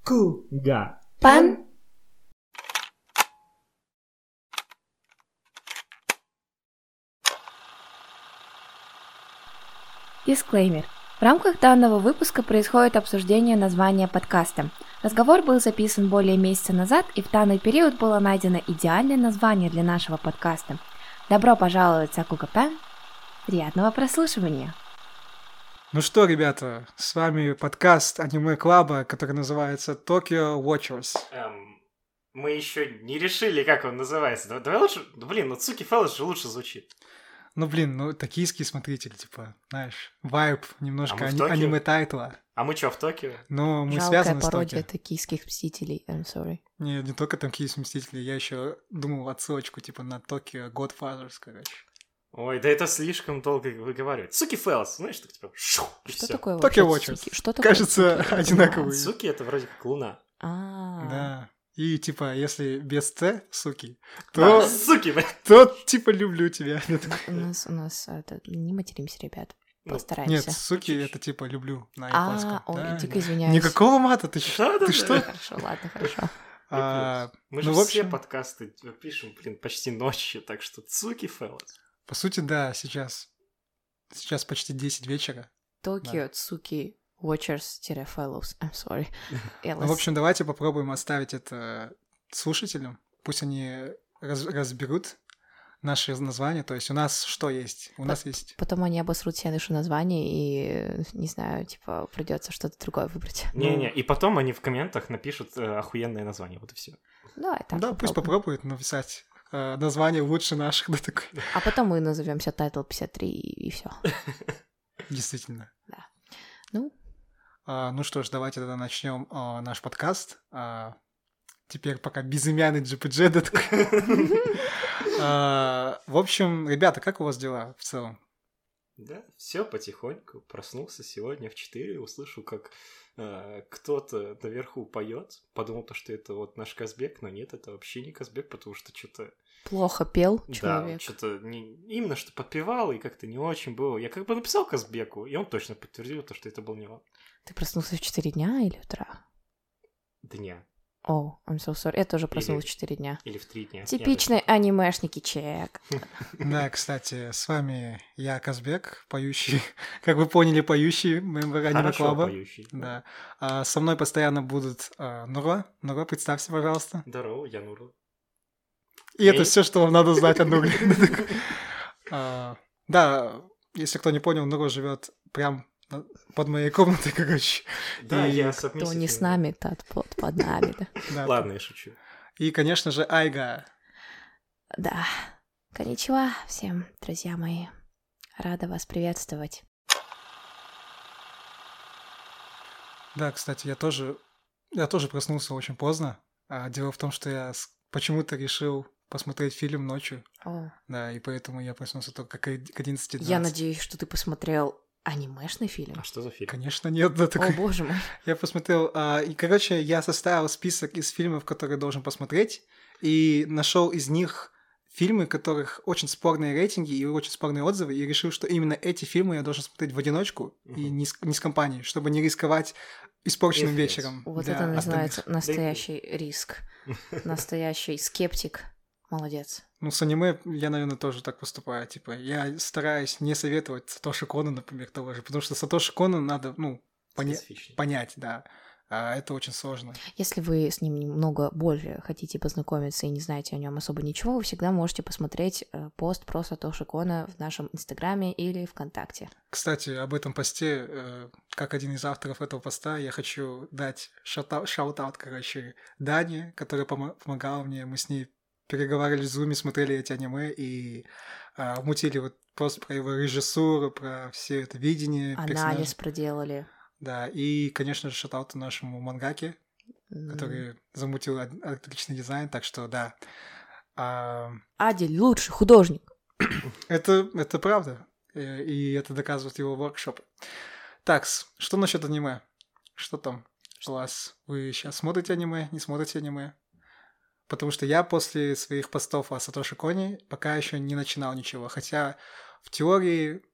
Куга. Пан. Дисклеймер. В рамках данного выпуска происходит обсуждение названия подкаста. Разговор был записан более месяца назад, и в данный период было найдено идеальное название для нашего подкаста. Добро пожаловать в Сакуга Пан. Приятного прослушивания. Ну что, ребята, с вами подкаст аниме-клаба, который называется Tokyo Watchers. Мы еще не решили, как он называется. Давай лучше... Цуки Феллос же лучше звучит. Токийские смотрители, типа, знаешь, вайб немножко мы в Токио? аниме-тайтла. А мы что, в Токио? Но мы Жалкая связаны с пародия Токио. токийских мстителей. I'm sorry. Не только токийские мстители, я еще думал отсылочку, типа, на Tokyo Godfathers, короче. Ой, да это слишком долго выговаривать. Цуки Феллос, знаешь, так типа... и Что всё. такое Tokyo вообще Watchers. Цуки? Что такое Кажется, Цуки? одинаковые. Цуки это вроде как луна. Да. И, типа, если без Ц, суки, Да, то, суки, блядь. то типа, люблю тебя. У нас не материмся, ребят. Ну, Постараемся. Нет, суки, чуть-чуть. это, типа, люблю на японском. Ой, Да, дико да. извиняюсь. Никакого мата, ты что? Да-да-да. Ты что? Хорошо, ладно, хорошо. Мы же Ну, в все общем, подкасты пишем, почти ночью, так что Цуки Феллос. по сути, да, сейчас почти 10 вечера. Tokyo Tsuki Watchers-Fellows. I'm sorry. Ну, в общем, давайте попробуем оставить это слушателям. Пусть они разберут наши названия. То есть у нас что есть? У нас есть... Потом они обосрут себе наше название и, не знаю, типа, придется что-то другое выбрать. Не-не, и потом они в комментах напишут охуенное название, вот и все. Давай так Да, пусть попробуют написать название лучше наших. Да, такой. А потом мы назовемся Title 53 и все. Действительно. Да. Ну? Ну что ж, давайте тогда начнем наш подкаст. Теперь пока безымянный GPG. Да, такой. В общем, ребята, как у вас дела в целом? Да, все потихоньку. Проснулся сегодня в 4, услышал, как кто-то наверху поет. Подумал, что это вот наш Казбек, но нет, это вообще не Казбек, потому что что-то... Плохо пел Да, человек. что-то именно что подпевал, и как-то не очень было. Я как бы написал Казбеку, и он точно подтвердил то, что это был не он. Ты проснулся в 4 дня или утра? Дня. О, I'm so sorry. Я тоже проснулась в 4 дня. Или в 3 дня. Типичный анимешники чек. Да, кстати, с вами я, Казбек, поющий, как вы поняли, поющий мембер аниме-клаба. Хорошо поющий. Да. Со мной постоянно будут Нуро. Нуро, представься, пожалуйста. Здорово, я Нурло. И это все, что вам надо знать о Нуре. Да, если кто не понял, Нуро живет прям под моей комнатой, короче. Да, И я Кто не с нами, тот под нами, да. Да. Ладно, я шучу. И, конечно же, Айга. Да. Коничева всем, друзья мои. Рада вас приветствовать. Да, кстати, я тоже проснулся очень поздно. Дело в том, что я почему-то решил посмотреть фильм ночью. О. Да, и поэтому я проснулся только к 11:20. Я надеюсь, что ты посмотрел анимешный фильм. А что за фильм? Конечно, нет. Да, О, такой... боже мой. Я посмотрел... И, короче, я составил список из фильмов, которые должен посмотреть, и нашел из них фильмы, которых очень спорные рейтинги и очень спорные отзывы, и решил, что именно эти фильмы я должен смотреть в одиночку и не с компанией, чтобы не рисковать испорченным Рефлекс. вечером. Вот для это называется остальных. настоящий риск. Настоящий скептик. Молодец. Ну, с аниме я, наверное, тоже так поступаю. Типа, я стараюсь не советовать Сатоши Коно, например, того же, потому что Сатоши Коно надо, Специфичный. понять, да. А это очень сложно. Если вы с ним немного больше хотите познакомиться и не знаете о нем особо ничего, вы всегда можете посмотреть пост про Сатоши Коно в нашем Инстаграме или ВКонтакте. Кстати, об этом посте, как один из авторов этого поста, я хочу дать шаут-аут, короче, Дане, которая помогала мне. Мы с ней переговаривали в зуме, смотрели эти аниме и мутили вот просто про его режиссуру, про все это видение. Анализ проделали. Да, и, конечно же, шатаут нашему мангаке, который замутил отличный дизайн, так что, да. Адель лучший художник. Это правда, и это доказывает его воркшоп. Так, что насчет аниме? Что там у вас? Вы сейчас смотрите аниме, не смотрите аниме? Потому что я после своих постов о Сатоши Коне пока еще не начинал ничего, хотя в теории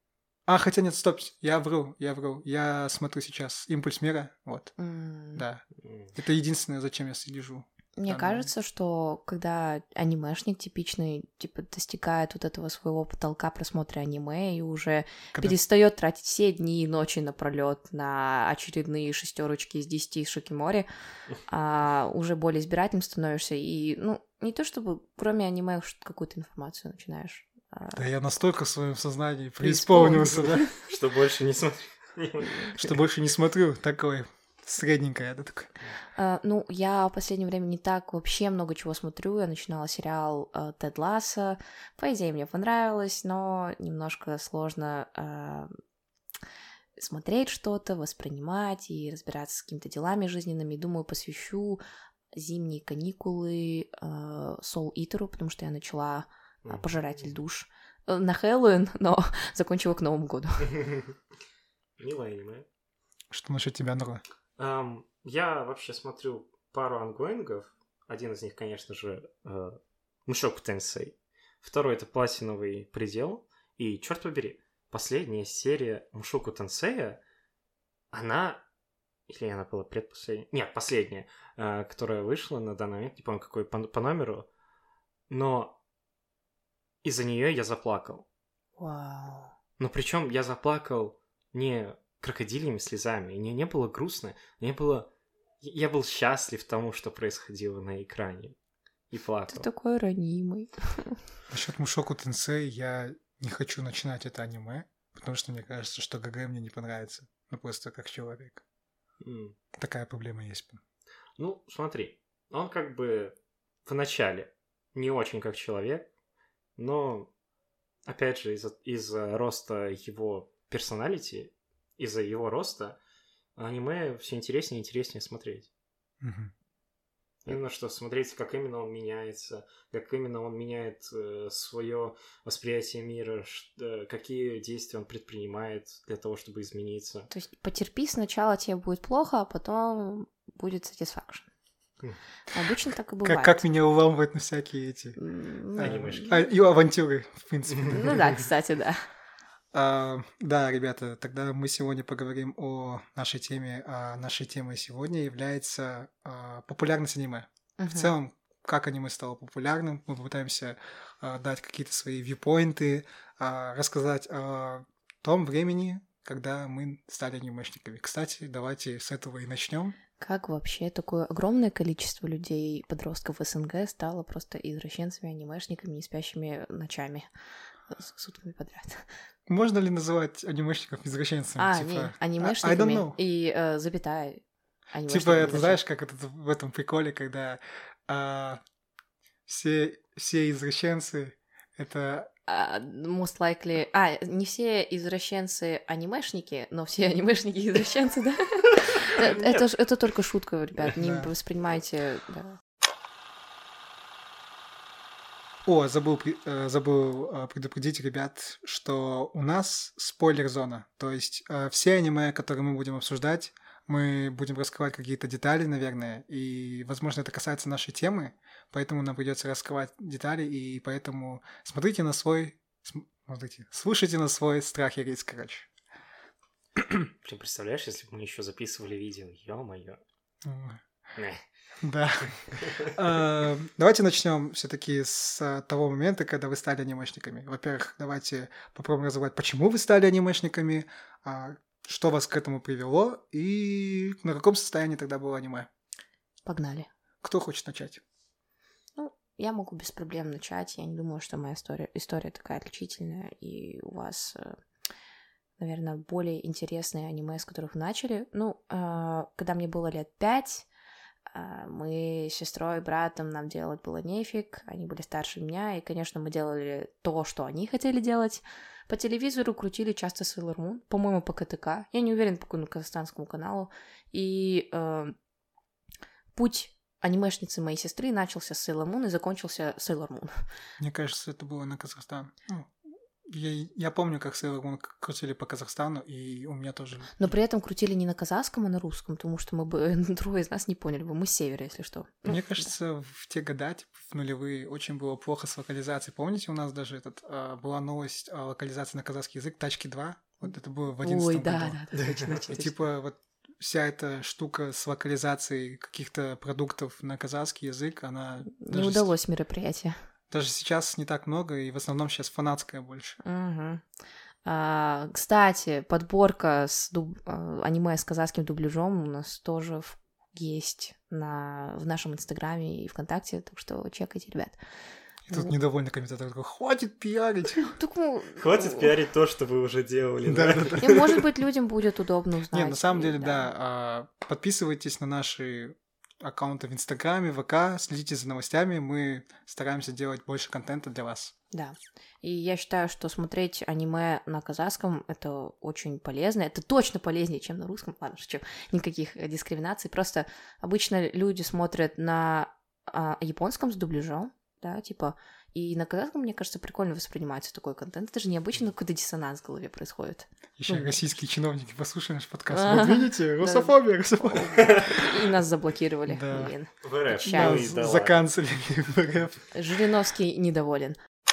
Хотя нет, стоп, я вру. Я смотрю сейчас «Импульс мира», вот, да. Это единственное, зачем я слежу. Мне кажется, что когда анимешник типичный, типа, достигает вот этого своего потолка просмотра аниме и уже перестает тратить все дни и ночи напролет на очередные 6 из 10 из Шикимори, уже более избирательным становишься и, не то чтобы кроме аниме какую-то информацию начинаешь. Да я настолько в своем сознании преисполнился, да? Что больше не смотрю. Что больше не смотрю, такое средненькое, да, такое. Я в последнее время не так вообще много чего смотрю. Я начинала сериал «Тед Лассо». По идее, мне понравилось, но немножко сложно смотреть что-то, воспринимать и разбираться с какими-то делами жизненными. Думаю, посвящу зимние каникулы Soul Eater'у, потому что я начала «Пожиратель душ» на Хэллоуин, но закончила к Новому году. Милое аниме. Что насчет тебя, Нура? Я вообще смотрю пару ангоингов. Один из них, конечно же, Мушоку Тенсей. Второй — это Платиновый предел. И, черт побери, последняя серия Мушоку Тенсея, она... Или она была предпоследняя? Нет, последняя, которая вышла на данный момент, не помню, какой по номеру. Но из-за нее я заплакал. Вау. Но причем я заплакал не крокодильями слезами, мне не было грустно, я был счастлив тому, что происходило на экране, и плакал. Ты такой ранимый. Насчет Мушоку Тенсей я не хочу начинать это аниме, потому что мне кажется, что ГГ мне не понравится, просто как человек. Такая проблема есть. Смотри, он как бы в начале не очень как человек, но опять же из-за роста его персоналити, из-за его роста аниме все интереснее и интереснее смотреть. Именно что смотреть, как именно он меняется, как именно он меняет свое восприятие мира, какие действия он предпринимает для того, чтобы измениться. То есть потерпи, сначала тебе будет плохо, а потом будет satisfaction. Обычно так и бывает. Как меня уламывают на всякие эти анимешки. И авантюры, в принципе. Да, кстати, да. Да, ребята, тогда мы сегодня поговорим о нашей теме. Нашей темой сегодня является популярность аниме. В целом, как аниме стало популярным. Мы попытаемся дать какие-то свои вьюпоинты, рассказать о том времени, когда мы стали анимешниками. Кстати, давайте с этого и начнем. Как вообще такое огромное количество людей, подростков СНГ, стало просто извращенцами, анимешниками, не спящими ночами, сутками подряд? Можно ли называть анимешников извращенцами? Нет, анимешниками и запятая. Типа, это знаешь, как это в этом приколе, когда все извращенцы это... Most likely... не все извращенцы анимешники, но все анимешники извращенцы, да? Это только шутка, ребят, не воспринимайте... Забыл предупредить ребят, что у нас спойлер-зона. То есть все аниме, которые мы будем обсуждать, мы будем раскрывать какие-то детали, наверное, и, возможно, это касается нашей темы, поэтому нам придется раскрывать детали, и поэтому слушайте на свой страх и риск, короче. Ты представляешь, если бы мы еще записывали видео? Ё-моё. Да. Давайте начнем все-таки с того момента, когда вы стали анимешниками. Во-первых, давайте попробуем разобрать, почему вы стали анимешниками, что вас к этому привело и на каком состоянии тогда было аниме. Погнали. Кто хочет начать? Я могу без проблем начать. Я не думаю, что моя история такая отличительная, и у вас, наверное, более интересные аниме, с которых вы начали. Когда мне было лет 5, мы с сестрой и братом, нам делать было нефиг, они были старше меня, и, конечно, мы делали то, что они хотели делать. По телевизору крутили часто Sailor Moon, по-моему, по КТК, я не уверена, по какому казахстанскому каналу, и путь анимешницы моей сестры начался с Sailor Moon и закончился Sailor Moon. Мне кажется, это было на Казахстан. Я помню, как Sailor Moon крутили по Казахстану, и у меня тоже... Но при этом крутили не на казахском, а на русском, потому что мы бы трое из нас не поняли бы. Мы с севера, если что. Мне кажется, в те года, в нулевые, очень было плохо с локализацией. Помните, у нас даже была новость о локализации на казахский язык «Тачки 2»? Вот это было в 11 году. да, точно. И типа вот вся эта штука с локализацией каких-то продуктов на казахский язык, она... Не удалось мероприятие. Даже сейчас не так много, и в основном сейчас фанатская больше. Угу. Кстати, подборка аниме с казахским дубляжом у нас тоже есть в нашем Инстаграме и ВКонтакте, так что чекайте, ребят. И тут недовольный комментатор такой: хватит пиарить! Хватит пиарить то, что вы уже делали. Да. И, может быть, людям будет удобно узнать. Не, на самом деле, да. Подписывайтесь на наши аккаунты в Инстаграме, ВК, следите за новостями, мы стараемся делать больше контента для вас. Да, и я считаю, что смотреть аниме на казахском — это очень полезно, это точно полезнее, чем на русском, ладно, шучу, никаких дискриминаций, просто обычно люди смотрят на японском с дубляжом, да, типа, и на казахском, мне кажется, прикольно воспринимается такой контент, это же необычно, какой-то диссонанс в голове происходит. Еще российские чиновники, послушали наш подкаст, вот видите, русофобия. И нас заблокировали, блин. В РФ. Нас заканцелили в РФ. Жириновский недоволен.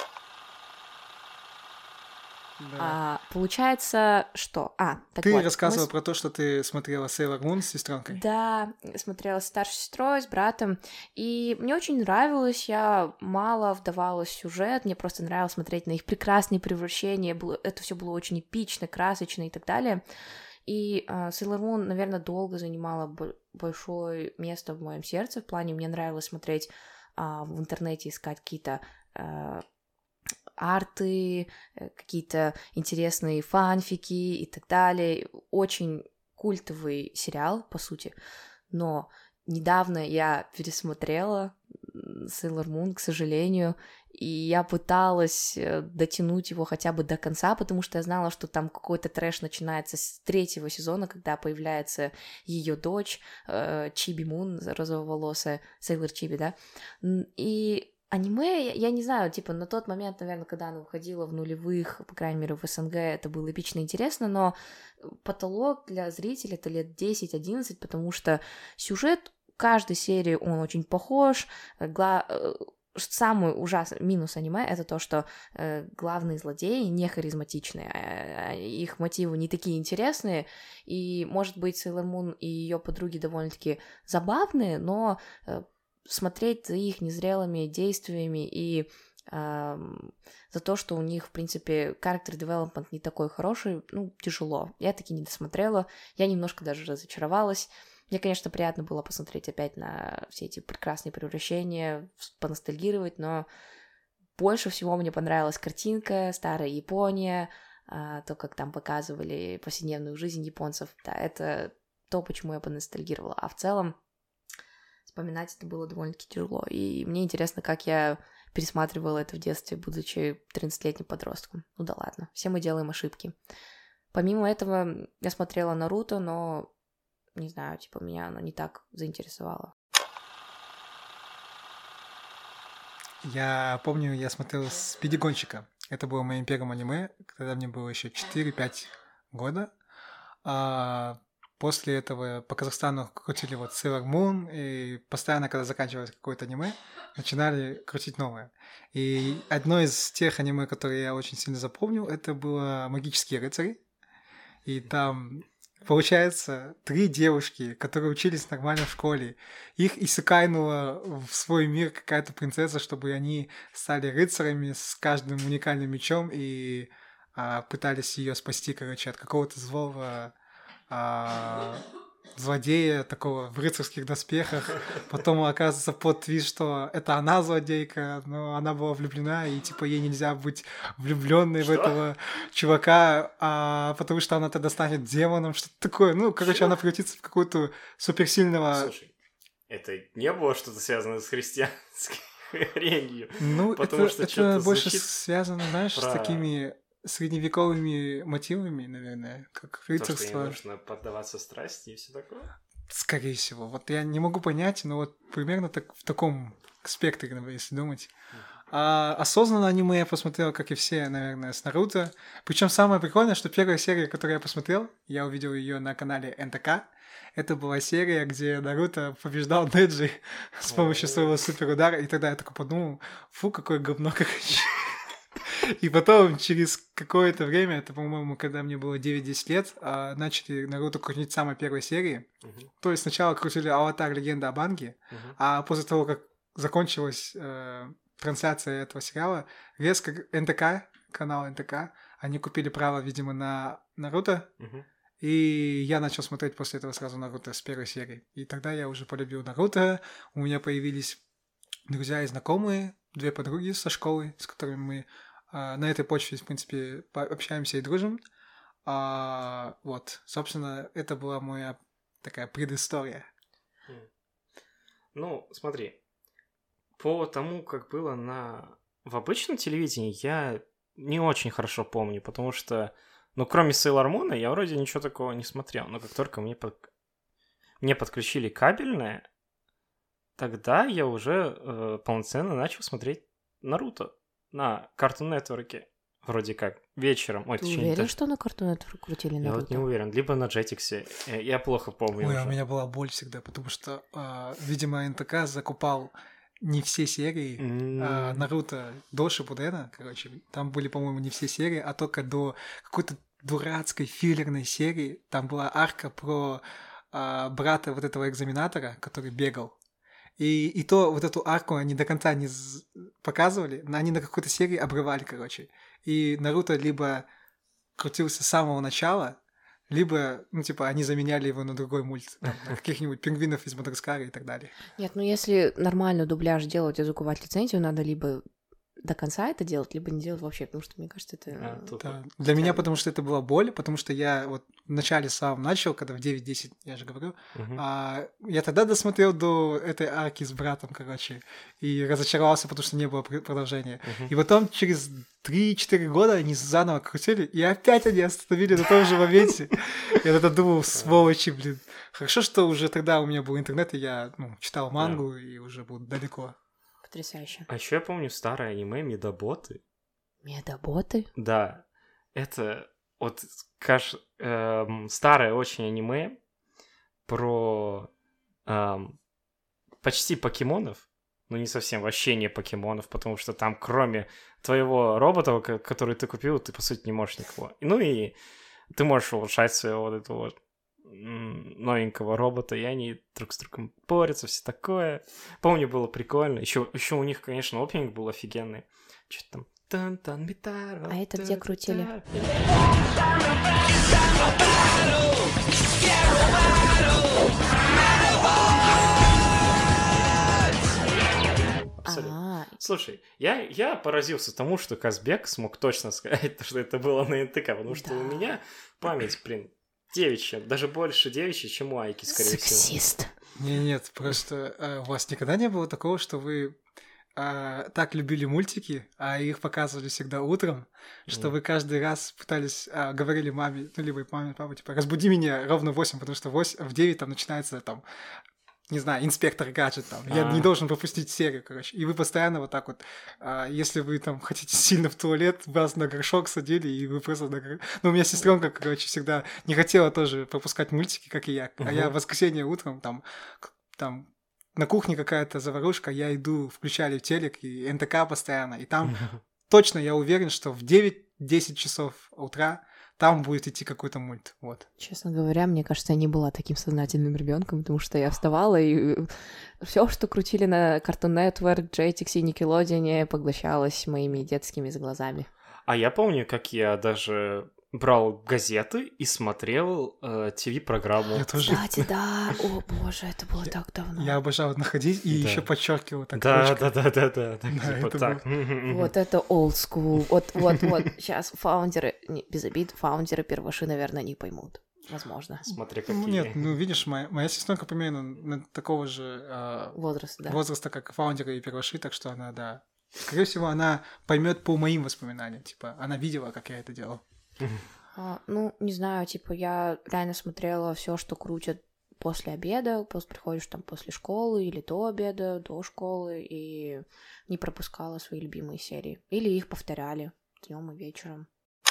Да. Получается, что... Ты рассказывала про то, что ты смотрела Sailor Moon с сестренкой. Да, смотрела с старшей сестрой, с братом, и мне очень нравилось, я мало вдавалась в сюжет, мне просто нравилось смотреть на их прекрасные превращения, это все было очень эпично, красочно и так далее. И Sailor Moon, наверное, долго занимала большое место в моем сердце, в плане мне нравилось смотреть в интернете, искать какие-то... арты, какие-то интересные фанфики и так далее. Очень культовый сериал, по сути. Но недавно я пересмотрела Sailor Moon, к сожалению, и я пыталась дотянуть его хотя бы до конца, потому что я знала, что там какой-то трэш начинается с 3-го сезона, когда появляется ее дочь Чиби Мун, розововолосая, Sailor Chibi, да, и аниме, я не знаю, типа, на тот момент, наверное, когда оно выходило в нулевых, по крайней мере, в СНГ, это было эпично интересно, но потолок для зрителей это лет 10-11, потому что сюжет каждой серии, он очень похож. Самый ужасный минус аниме — это то, что главные злодеи не харизматичные, их мотивы не такие интересные, и, может быть, Sailor Moon и ее подруги довольно-таки забавные, но... смотреть за их незрелыми действиями и за то, что у них, в принципе, character development не такой хороший, тяжело. Я таки не досмотрела, я немножко даже разочаровалась. Мне, конечно, приятно было посмотреть опять на все эти прекрасные превращения, поностальгировать, но больше всего мне понравилась картинка, старая Япония, то, как там показывали повседневную жизнь японцев. Да, это то, почему я поностальгировала. А в целом вспоминать это было довольно-таки тяжело. И мне интересно, как я пересматривала это в детстве, будучи 13-летним подростком. Ну да ладно, все мы делаем ошибки. Помимо этого, я смотрела Наруто, но, не знаю, типа, меня оно не так заинтересовало. Я помню, я смотрел «Спиди Гонщика». Это было моим первым аниме, когда мне было еще 4-5 года. После этого по Казахстану крутили вот Sailor Moon, и постоянно, когда заканчивалось какое-то аниме, начинали крутить новое. И одно из тех аниме, которые я очень сильно запомнил, это было «Магические рыцари». И там, получается, 3 девушки, которые учились нормально в школе, их исыкайнула в свой мир какая-то принцесса, чтобы они стали рыцарями с каждым уникальным мечом и пытались ее спасти, короче, от какого-то злого... злодея такого в рыцарских доспехах. Потом оказывается плот-твист, что это она злодейка, но она была влюблена, и типа ей нельзя быть влюбленной в этого чувака, потому что она тогда станет демоном, что-то такое. Она превратится в какую-то суперсильного... Слушай, это не было что-то связано с христианской религией. Это больше связано, знаешь, с такими... средневековыми мотивами, наверное, как рыцарство. То, что не нужно поддаваться страсти и все такое? Скорее всего. Вот я не могу понять, но вот примерно так, в таком спектре, если думать. Осознанно аниме я посмотрел, как и все, наверное, с Наруто. Причем самое прикольное, что первая серия, которую я посмотрел, я увидел ее на канале НТК. Это была серия, где Наруто побеждал Неджи с помощью своего суперудара. И тогда я такой подумал, фу, какое говно, короче. И потом, через какое-то время, это, по-моему, когда мне было 9-10 лет, начали Наруто крутить самой первой серии. То есть сначала крутили «Аватар. Легенда об Аанге», а после того, как закончилась трансляция этого сериала, резко НТК, канал НТК, они купили право, видимо, на Наруто, и я начал смотреть после этого сразу Наруто с первой серии. И тогда я уже полюбил Наруто, у меня появились друзья и знакомые, 2 подруги со школы, с которыми мы на этой почве, в принципе, общаемся и дружим. Вот, собственно, это была моя такая предыстория. Ну, смотри, по тому, как было в обычном телевидении, я не очень хорошо помню, потому что, кроме Sailor Moon, я вроде ничего такого не смотрел. Но как только мне подключили кабельное, тогда я уже полноценно начал смотреть Наруто на Cartoon Network. Вроде как, вечером. Ты уверен, что на Cartoon Network крутили Наруто? Я вот не уверен. Либо на Jetix. Я плохо помню. Ой, у меня была боль всегда, потому что, видимо, НТК закупал не все серии Наруто до Шипудена, короче. Там были, по-моему, не все серии, а только до какой-то дурацкой филлерной серии. Там была арка про брата вот этого экзаменатора, который бегал. И то вот эту арку они до конца не показывали, но они на какой-то серии обрывали, короче. И Наруто либо крутился с самого начала, либо, они заменяли его на другой мульт, на каких-нибудь пингвинов из Мадагаскара и так далее. Нет, если нормально дубляж делать и закупать лицензию, надо либо до конца это делать, либо не делать вообще, потому что, мне кажется, это... Да. Для меня, потому что это была боль, потому что я вот в начале сам начал, когда в 9-10, я же говорю, я тогда досмотрел до этой арки с братом, короче, и разочаровался, потому что не было продолжения. И потом через 3-4 года они заново крутили, и опять они остановили на том же моменте. Я тогда думал, сволочи, блин. Хорошо, что уже тогда у меня был интернет, и я читал мангу, и уже был далеко. Потрясающе. А еще я помню старое аниме «Медоботы». «Медоботы»? Да. Это вот старое очень аниме про почти покемонов. Ну, не совсем, вообще не покемонов, потому что там кроме твоего робота, который ты купил, ты, по сути, не можешь никого. Ну и ты можешь улучшать своего вот этого новенького робота, и они друг с другом борются, все такое. Помню, было прикольно. Еще у них, конечно, опенинг был офигенный. Что-то там... А это где крутили? Абсолютно. Слушай, я поразился тому, что Казбек смог точно сказать, что это было на НТК, потому что у меня память, девичья, даже больше девичья, чем у Айки, скорее всего. Сексист. Нет, просто у вас никогда не было такого, что вы так любили мультики, а их показывали всегда утром, что вы каждый раз пытались, говорили маме, либо маме, папе, разбуди меня ровно в 8, потому что в 9 там начинается не знаю, инспектор гаджет там. Я не должен пропустить серию, короче. И вы постоянно вот так вот, если вы там хотите сильно в туалет, вас на горшок садили, и вы просто на горшок... Ну, у меня сестренка, короче, всегда не хотела тоже пропускать мультики, как и я. А я в воскресенье утром там на кухне какая-то заварушка, я иду, включали телек, и НТК постоянно, и там точно я уверен, что в 9-10 часов утра там будет идти какой-то мульт, вот. Честно говоря, мне кажется, я не была таким сознательным ребенком, потому что я вставала, и все, что крутили на Cartoon Network, Jetix и Nickelodeon, поглощалось моими детскими глазами. А я помню, как я даже брал газеты и смотрел ТВ-программу. Я тоже. Кстати, да. О, боже, это было так давно. Я обожал находить и еще подчеркивал так. Да. Так. Вот это old school. Вот. Сейчас фаундеры, без обид, фаундеры первоши, наверное, не поймут. Возможно. Смотри, какие. Нет, видишь, моя сестренка примерно такого же возраста, как фаундеры и первоши, так что она, да. Скорее всего, она поймет по моим воспоминаниям. Типа, она видела, как я это делал. Не знаю, я реально смотрела все, что крутят после обеда, приходишь там после школы или до обеда, до школы, и не пропускала свои любимые серии. Или их повторяли днем и вечером.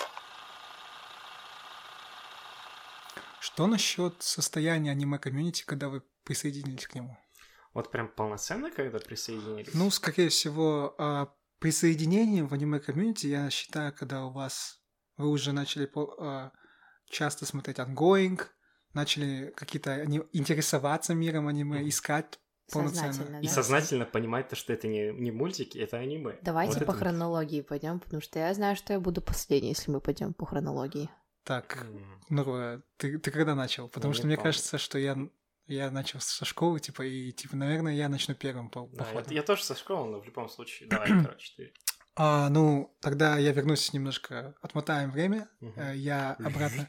Что насчет состояния аниме-комьюнити, когда вы присоединились к нему? Вот прям полноценно, когда присоединились? Ну, скорее всего, присоединением в аниме-комьюнити, я считаю, когда вы уже начали часто смотреть ongoing, начали какие-то интересоваться миром аниме, искать полноценно. Сознательно, И да? сознательно понимать, что это не мультики, это аниме. Давайте Вот по это- хронологии пойдем, потому что я знаю, что я буду последней, если мы пойдем по хронологии. Так, М, Нурва, ты когда начал? Потому Я что не мне помню. кажется, что я начал со школы, типа, и, типа, наверное, я начну первым по Да, ходу. я тоже со школы, но в любом случае, давай, короче, ты. Ну, тогда я вернусь немножко, отмотаем время. Мгм. Я обратно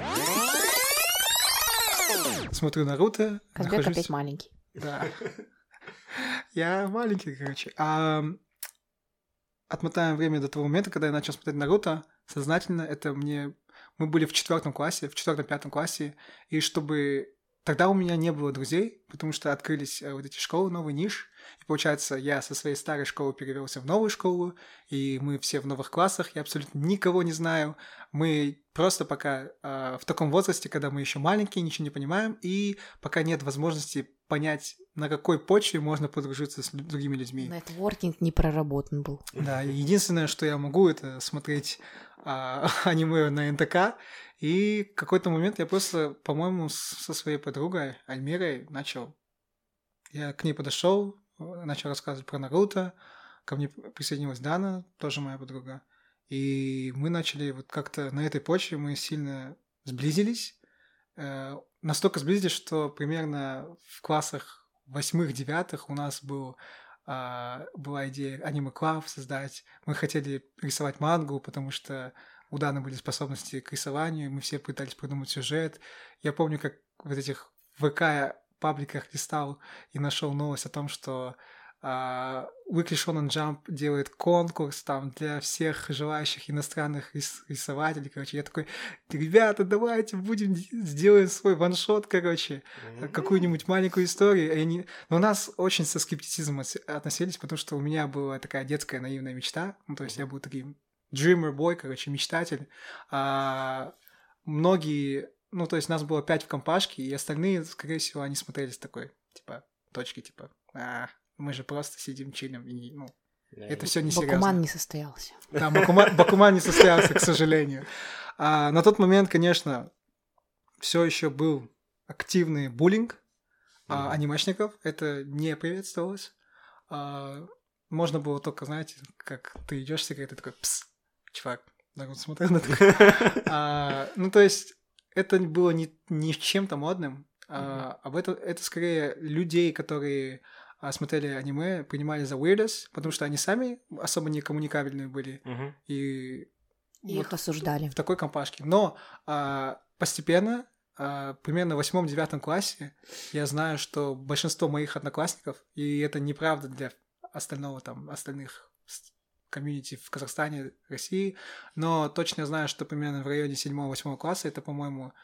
смотрю Наруто. Казбек нахожусь- опять маленький. Да. Я маленький, короче. Отмотаем время до того момента, когда я начал смотреть Наруто. Сознательно мы были в 4-5 классе, и чтобы... Тогда у меня не было друзей, потому что открылись вот эти школы, новый ниш. И получается, я со своей старой школы перевелся в новую школу, и мы все в новых классах, я абсолютно никого не знаю. Мы просто пока в таком возрасте, когда мы еще маленькие, ничего не понимаем, и пока нет возможности понять, на какой почве можно подружиться с другими людьми. Нетворкинг не проработан был. Да, и единственное, что я могу, это смотреть аниме на НТК. И в какой-то момент я просто, по-моему, со своей подругой Альмирой Я к ней подошел, начал рассказывать про Наруто. Ко мне присоединилась Дана, тоже моя подруга. И мы начали вот как-то на этой почве мы сильно сблизились. Настолько сблизились, что примерно в классах 8-9 у нас была идея аниме-клаб создать. Мы хотели рисовать мангу, потому что у Даны были способности к рисованию, мы все пытались придумать сюжет. Я помню, как в этих ВК-пабликах листал и нашел новость о том, что Weekly Shonen Jump делает конкурс там для всех желающих иностранных рисователей. Короче, я такой, ребята, давайте сделаем свой ваншот, короче, какую-нибудь маленькую историю. Но у нас очень со скептицизмом относились, потому что у меня была такая детская наивная мечта. Ну, то есть я был таким dreamer boy, короче, мечтатель. Многие, ну, то есть нас было 5 в компашке, и остальные, скорее всего, они смотрелись такой, типа, точки, типа, мы же просто сидим, чилим, и, это все не серьезно. Бакуман не состоялся. Да, Бакуман не состоялся, к сожалению. На тот момент, конечно, все еще был активный буллинг анимешников, это не приветствовалось. Можно было только, знаете, как ты идешь секрет, ты такой, пс, чувак, Наруто смотрел на это. Ну, то есть, это было не чем-то модным, это скорее людей, которые смотрели аниме, принимали за weirdos, потому что они сами особо не коммуникабельные были, и их осуждали. В такой компашке. Но постепенно, примерно в 8-9 классе, я знаю, что большинство моих одноклассников, и это неправда для остальных комьюнити в Казахстане, России, но точно я знаю, что примерно в районе 7-8 класса, это, по-моему,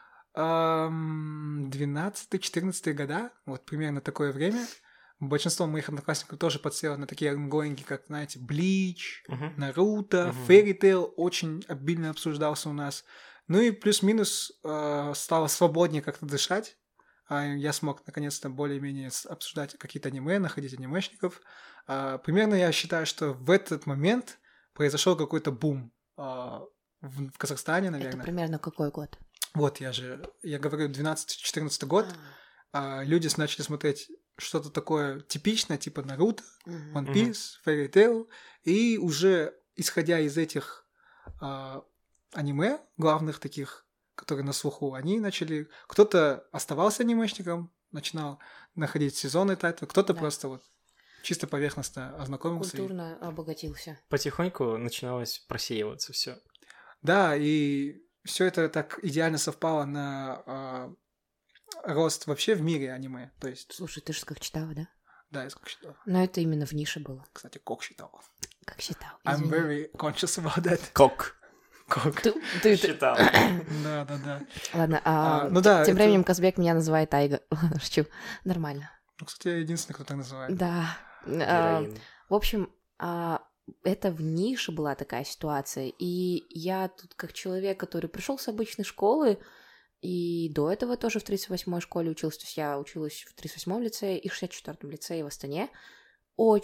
12-14 года, вот примерно такое время, большинство моих одноклассников тоже подсело на такие ангоинги, как, знаете, Bleach, Наруто, Fairy Tail очень обильно обсуждался у нас. Ну и плюс-минус стало свободнее как-то дышать. Я смог наконец-то более-менее обсуждать какие-то аниме, находить анимешников. Примерно я считаю, что в этот момент произошел какой-то бум в Казахстане, наверное. Это примерно какой год? Вот я говорю, 12-14 год. Люди начали смотреть что-то такое типичное, типа Наруто, One Piece, Fairy Tail, и уже исходя из этих аниме, главных таких, которые на слуху, они начали... Кто-то оставался анимешником, начинал находить сезонные тайтлы, кто-то просто вот чисто поверхностно ознакомился. Культурно обогатился. Потихоньку начиналось просеиваться все. Да, и все это так идеально совпало на рост вообще в мире аниме. То есть... Слушай, ты же как читала, да? Да, я как читал. Но это именно в нише было. Кстати, Кок читал. Как читал. I'm very conscious about that. Кок. Ты Читал. Да. Ладно, ну да, тем временем Казбек меня называет Айга. Шучу. Нормально. Ну, кстати, я единственный, кто так называет. Да. Героин. В общем, это в нише была такая ситуация. И я тут как человек, который пришел с обычной школы, и до этого тоже в 38-й школе училась. То есть я училась в 38-м лицее и 64-м лицее в Астане. Очень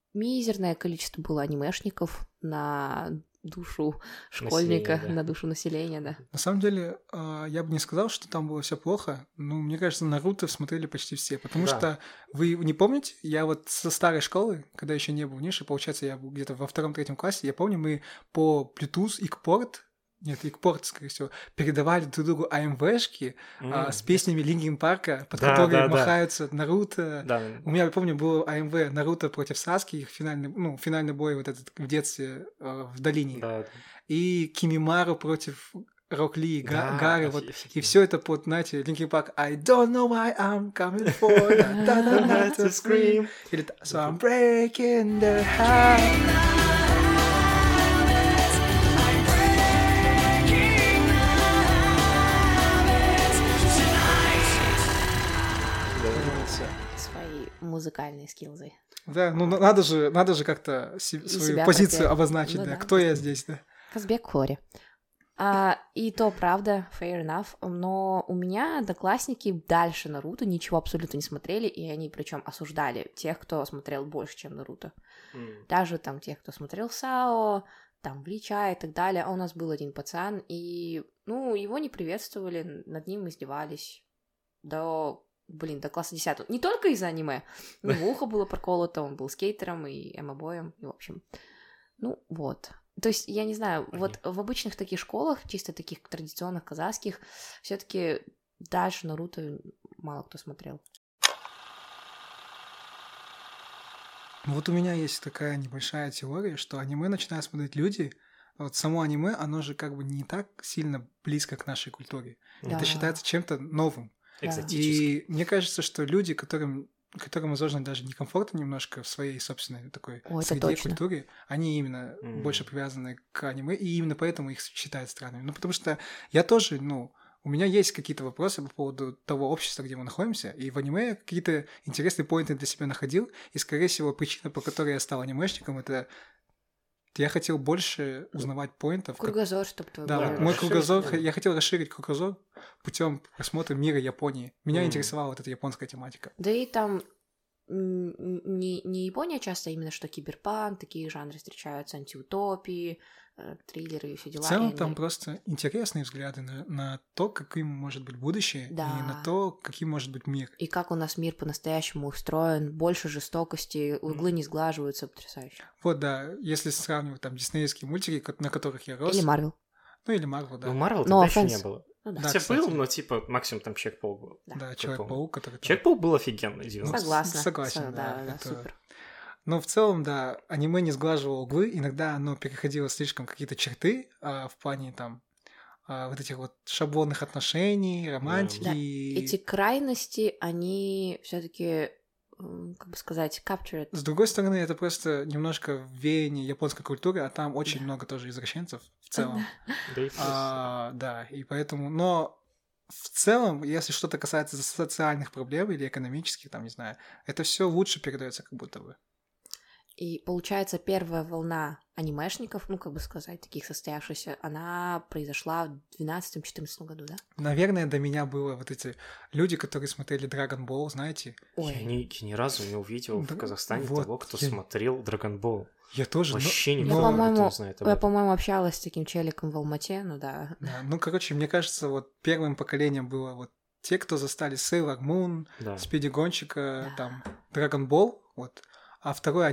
мизерное количество было анимешников на душу школьника, Население, да. на душу населения, да. На самом деле, я бы не сказал, что там было все плохо, но мне кажется, Наруто смотрели почти все, потому Да. что вы не помните, я вот со старой школы, когда еще не был в Нише, получается, я был где-то во 2-3 классе, я помню, мы по Bluetooth Икпорт, скорее всего, передавали друг другу АМВшки с песнями Линкин Парка, под Да, которые да, да. махаются Наруто. Да, У меня, я помню, был АМВ Наруто против Саски, их финальный бой вот этот в детстве в долине. да. И Кимимару против Рок Ли и Да, Гары, вот, и офигенно. все это под, знаете, Linkin Park I don't know why I'm coming for to scream. Или So I'm breaking the heart. Свои музыкальные скиллзы. Да, ну надо же как-то свою себя позицию пропеть. обозначить, Ну да. да. Кто я здесь, да. Казбек Кори. И то правда, fair enough, но у меня одноклассники дальше Наруто ничего абсолютно не смотрели, и они причем осуждали тех, кто смотрел больше, чем Наруто. Даже там тех, кто смотрел САО, там Блича и так далее. А у нас был один пацан, и, его не приветствовали, над ним издевались до класса 10. Не только из-за аниме. У него ухо было проколото, он был скейтером и эмо-боем, и в общем. Вот. То есть, я не знаю, вот в обычных таких школах, чисто таких традиционных казахских, все-таки дальше Наруто мало кто смотрел. Вот у меня есть такая небольшая теория, что аниме начинают смотреть люди. Вот само аниме, оно же как бы не так сильно близко к нашей культуре. Да. Это считается чем-то новым. Экзотически. И мне кажется, что люди, которым, возможно, даже некомфортно немножко в своей собственной такой О, это среде, точно. культуре, они именно больше привязаны к аниме, и именно поэтому их считают странными. Ну, потому что я тоже, у меня есть какие-то вопросы по поводу того общества, где мы находимся, и в аниме какие-то интересные поинты для себя находил, и, скорее всего, причина, по которой я стал анимешником, это я хотел больше узнавать поинтов. Кругозор, чтобы твой Да, был мой расширен, кругозор, да. я хотел расширить кругозор путем просмотра мира Японии. Меня интересовала вот эта японская тематика. Да и там не Япония часто, а именно что киберпанк, такие жанры встречаются, антиутопии, триллеры и все дела. В целом и там они- просто интересные взгляды на то, каким может быть будущее, Да. и на то, каким может быть мир. И как у нас мир по-настоящему устроен, больше жестокости, углы не сглаживаются, потрясающе. Вот, да, если сравнивать там диснеевские мультики, на которых я рос, Или Марвел. или Марвел, да. Марвел No тогда еще offense. не было. Ну да. Да, Хотя кстати. был, но типа максимум там Человек-паук был. Да, Человек-паук, который там... Человек-паук был офигенный, 90. Согласна. согласен, Да, да, это- супер. Но в целом, да, аниме не сглаживало углы, иногда оно переходило слишком какие-то черты в плане там вот этих вот шаблонных отношений, романтики. Да, эти крайности, они все-таки, как бы сказать, captured. С другой стороны, это просто немножко веяние японской культуры, а там очень много тоже извращенцев в целом. Да и плюс. Да, и поэтому... Но в целом, если что-то касается социальных проблем или экономических, там, не знаю, это все лучше передается как будто бы. И получается, первая волна анимешников, как бы сказать, таких состоявшихся, она произошла в 2012-2014 году, да? Наверное, до меня было вот эти люди, которые смотрели Dragon Ball, знаете. Я ни разу не увидел Да, в Казахстане вот, того, кто я- смотрел Dragon Ball. Я тоже... Вообще Я, никто по-моему, не знает об я, этом. по-моему, общалась с таким челиком в Алмате, да. Да, короче, мне кажется, вот первым поколением было вот те, кто застали Sailor Moon, Да. Спиди Гонщика, Да. там, Dragon Ball, вот. А вторая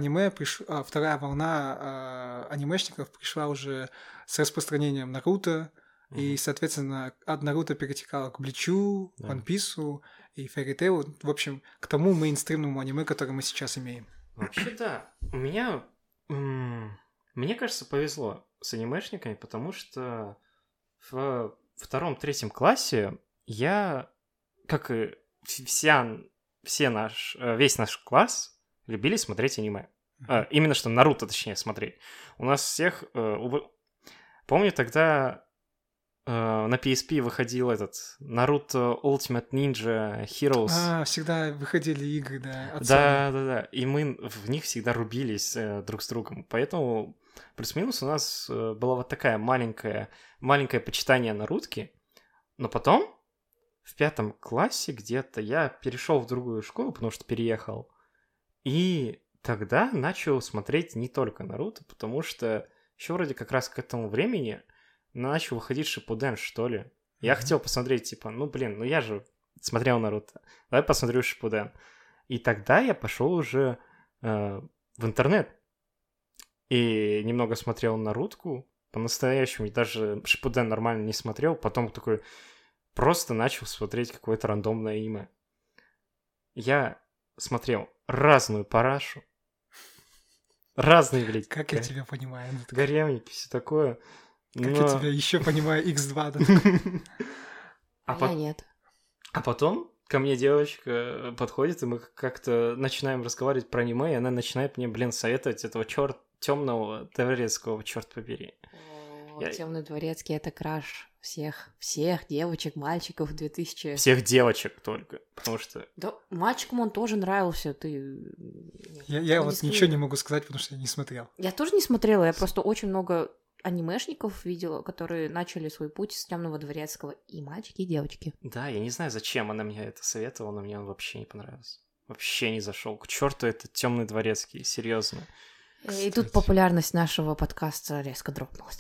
волна анимешников пришла уже с распространением Наруто, и, соответственно, от Наруто перетекала к Бличу, Да. One Piece и Fairy Tail, в общем, к тому мейнстримному аниме, которое мы сейчас имеем. Вообще, да. У меня... Мне кажется, повезло с анимешниками, потому что в 2-3 классе я, как и весь наш класс, любили смотреть аниме. Именно что Наруто, точнее, смотреть. У нас всех... Помню, тогда на PSP выходил этот Naruto Ultimate Ninja Heroes. Всегда выходили игры, да, от Sony. Да. И мы в них всегда рубились друг с другом. Поэтому плюс-минус у нас было вот такое маленькое почитание Нарутки. Но потом в 5 классе где-то я перешел в другую школу, потому что переехал. И тогда начал смотреть не только Наруто, потому что еще вроде как раз к этому времени начал выходить Шиппуден, что ли. Я хотел посмотреть, типа, я же смотрел Наруто, давай посмотрю Шиппуден. И тогда я пошел уже в интернет и немного смотрел Нарутку по-настоящему, и даже Шиппуден нормально не смотрел, потом такой просто начал смотреть какое-то рандомное аниме. Я смотрел разную парашу, разные, блядь. Как я тебя понимаю. Гаремники, все такое. Как я тебя еще понимаю, X2, да? Я нет. А потом ко мне девочка подходит, и мы как-то начинаем разговаривать про аниме, и она начинает мне, советовать этого темного дворецкого, черт побери. Темный дворецкий — это краш всех девочек, мальчиков 2000... Всех девочек только, потому что... Да, мальчикам он тоже нравился, ты... Я вот ничего не могу сказать, потому что я не смотрел. Я тоже не смотрела, я просто очень много анимешников видела, которые начали свой путь с Темного дворецкого, и мальчики, и девочки. Да, я не знаю, зачем она мне это советовала, но мне он вообще не понравился. Вообще не зашел. К черту этот Темный дворецкий, серьезно. И тут популярность нашего подкаста резко дропнулась.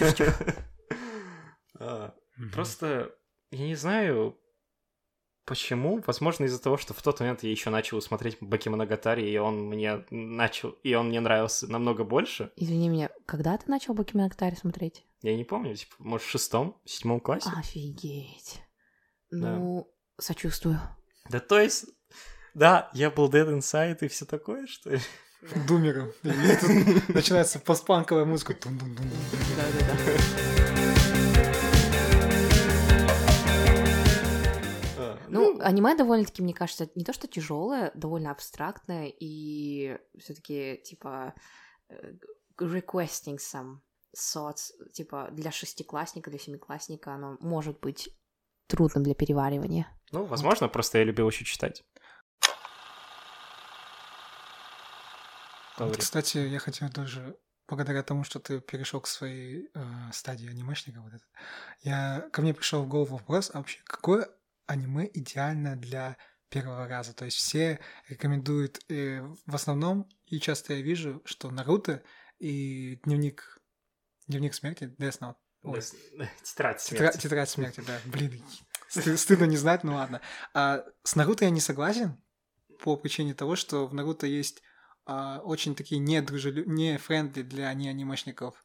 Просто я не знаю, почему. Возможно, из-за того, что в тот момент я еще начал смотреть Бакимоногатари, и он мне нравился намного больше. Извини меня, когда ты начал Бакимоногатари смотреть? Я не помню, типа, может, в 6-7 классе. Офигеть. Ну, сочувствую. Да, то есть, да, я был dead inside и все такое, что ли? Думером. И тут начинается постпанковая музыка. Ну, аниме довольно-таки, мне кажется, не то что тяжелое, довольно абстрактное, и все-таки типа requesting some thoughts, типа для шестиклассника, для семиклассника оно может быть трудным для переваривания. Ну, возможно, просто я любил еще читать. Вот, кстати, я хотел тоже, благодаря тому, что ты перешел к своей стадии анимешника, вот это, ко мне пришел в голову вопрос, а вообще, какое аниме идеально для первого раза? То есть все рекомендуют, в основном, и часто я вижу, что Наруто и Дневник смерти, Death Note. Тетрадь смерти. Тетрадь смерти, да. Блин, стыдно не знать, ну ладно. А с Наруто я не согласен по причине того, что в Наруто есть очень такие не френдли для неанимешников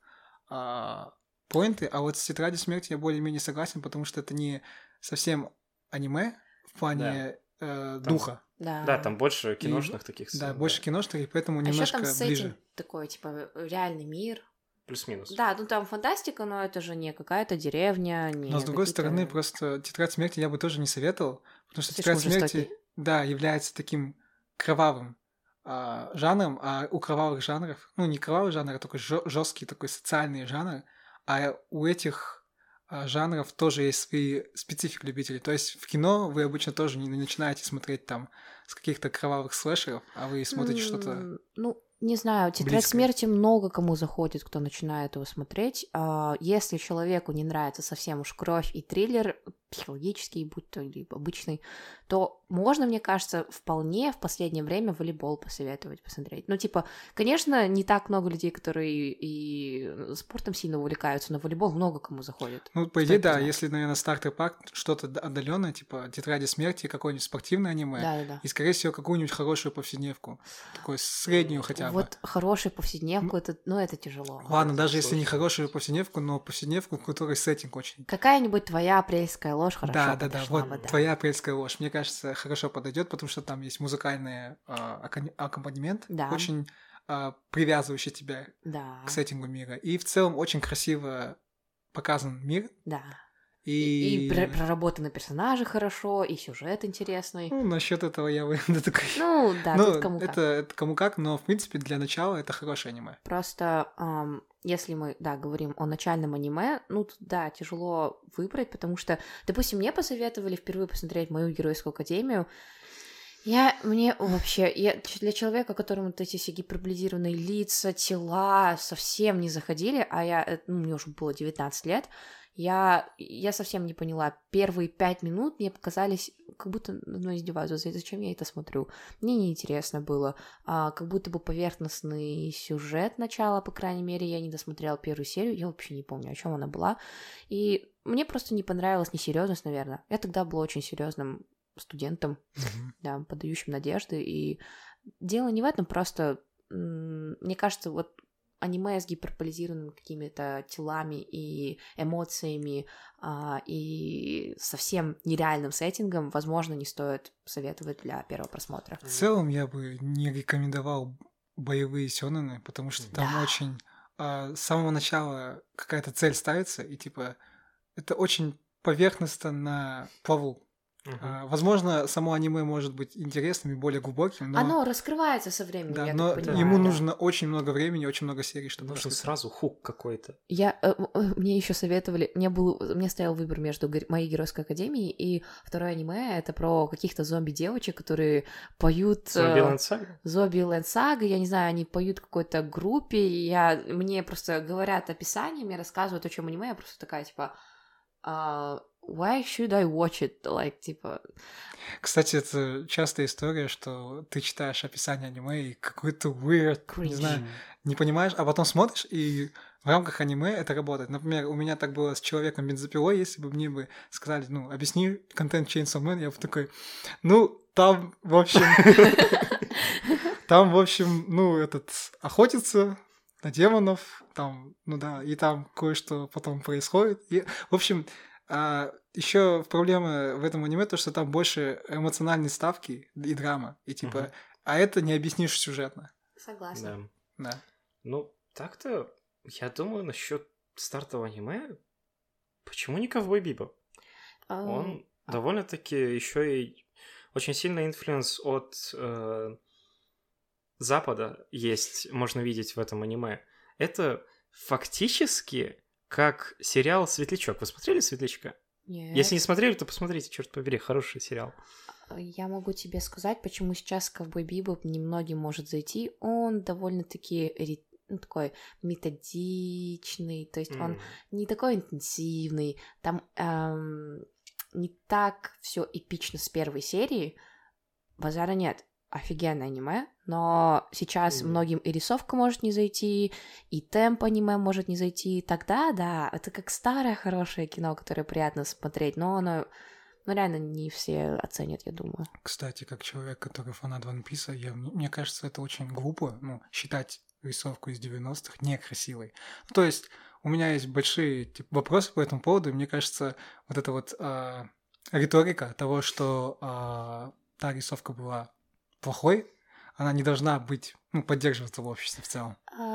поинты, а вот с Тетрадью смерти я более-менее согласен, потому что это не совсем аниме в плане духа. Да, там больше киношных таких сцен. Да, больше киношных, и поэтому немножко там ближе. сеттинг такой, типа, реальный мир. Плюс-минус. Да, ну там фантастика, но это же не какая-то деревня, не... Но с другой стороны, просто Тетрадь смерти я бы тоже не советовал, потому что Тетрадь смерти, да, является таким кровавым жанром, а у кровавых жанров, ну не кровавый жанр, а такой жесткий такой социальный жанр, а у этих жанров тоже есть свои специфики любителей. То есть в кино вы обычно тоже не начинаете смотреть там с каких-то кровавых слэшеров, а вы смотрите что-то... Ну, не знаю, «Тетрадь смерти» много кому заходит, кто начинает его смотреть. Если человеку не нравится совсем уж кровь и триллер, психологический, будь то либо обычный, то можно, мне кажется, вполне в последнее время волейбол посоветовать посмотреть. Ну, типа, конечно, не так много людей, которые и спортом сильно увлекаются, но волейбол много кому заходит. Ну, по идее, да, если, наверное, стартер-пак, что-то отдаленное, типа «Тетради смерти», какое-нибудь спортивное аниме, да. И, скорее всего, какую-нибудь хорошую повседневку, такую среднюю хотя бы. Вот хорошую повседневку, это тяжело. Ладно, даже если не хорошую повседневку, но повседневку, в которой сеттинг очень... Какая-нибудь твоя апрельская ложь хорошо да, подошла вот бы, да. Твоя апрельская ложь, мне кажется, хорошо подойдет, потому что там есть музыкальный аккомпанемент, очень привязывающий тебя к сеттингу мира. И в целом очень красиво показан мир. Да. И проработаны персонажи хорошо, и сюжет интересный. Ну, насчет этого я такой... Ну, да, тут кому как. Это кому как, но, в принципе, для начала это хорошее аниме. Просто, если мы, говорим о начальном аниме, ну, да, тяжело выбрать, потому что, допустим, мне посоветовали впервые посмотреть «Мою геройскую академию». Для человека, которому вот эти все гиперболизированные лица, тела совсем не заходили, мне уже было 19 лет, Я совсем не поняла. Первые 5 минут мне показались, как будто, ну, издеваются, зачем я это смотрю. Мне неинтересно было. Как будто бы поверхностный сюжет начала, по крайней мере, я не досмотрела первую серию, я вообще не помню, о чем она была. И мне просто не понравилась несерьезность, наверное. Я тогда была очень серьезным студентом, да, подающим надежды, и дело не в этом, просто, мне кажется, вот аниме с гиперболизированными какими-то телами и эмоциями и совсем нереальным сеттингом, возможно, не стоит советовать для первого просмотра. В целом я бы не рекомендовал боевые сёнэны, потому что там очень с самого начала какая-то цель ставится, и типа это очень поверхностно на плаву. Возможно, само аниме может быть интересным и более глубоким, но... Оно раскрывается со временем, да, я но так понимаю. Ему нужно очень много времени, очень много серий, чтобы... Нужен сразу хук какой-то. Мне еще советовали... Мне стоял выбор между моей геройской академией и второе аниме. Это про каких-то зомби-девочек, которые поют... Зомби-ленд Сага? Зомби-ленд Сага, я не знаю, они поют в какой-то группе, мне просто говорят описание, мне рассказывают, о чем аниме, я просто такая, типа... why should I watch it? Like, типа... Кстати, это частая история, что ты читаешь описание аниме и какой-то weird, не знаю, не понимаешь, а потом смотришь, и в рамках аниме это работает. Например, у меня так было с Человеком-бензопилой, если бы мне бы сказали, ну, объясни контент Chainsaw Man, я бы такой, ну, там, в общем... Там, в общем, ну, охотится на демонов, там, ну да, и там кое-что потом происходит. И, в общем, еще проблема в этом аниме то, что там больше эмоциональной ставки и драма, и типа, а это не объяснишь сюжетно. Согласна. Да. Ну, так-то, я думаю, насчет стартового аниме, почему не Ковбой Бибоп? Он довольно-таки еще и очень сильный инфлюенс от Запада есть, можно видеть в этом аниме. Это фактически как сериал «Светлячок». Вы смотрели «Светлячка»? Нет. Если не смотрели, то посмотрите, черт побери, хороший сериал. Я могу тебе сказать, почему сейчас Ковбой Бибоп немногим может зайти. Он довольно-таки такой методичный, то есть он не такой интенсивный, там не так все эпично с первой серии. Базара нет. Офигенное аниме, но сейчас многим и рисовка может не зайти, и темп аниме может не зайти. Тогда, да, это как старое хорошее кино, которое приятно смотреть, но оно, реально не все оценят, я думаю. Кстати, как человек, который фанат One Piece, мне кажется, это очень глупо, считать рисовку из 90-х некрасивой. То есть у меня есть большие вопросы по этому поводу, и мне кажется, вот эта вот риторика того, что та рисовка была плохой, она не должна быть, поддерживаться в обществе в целом.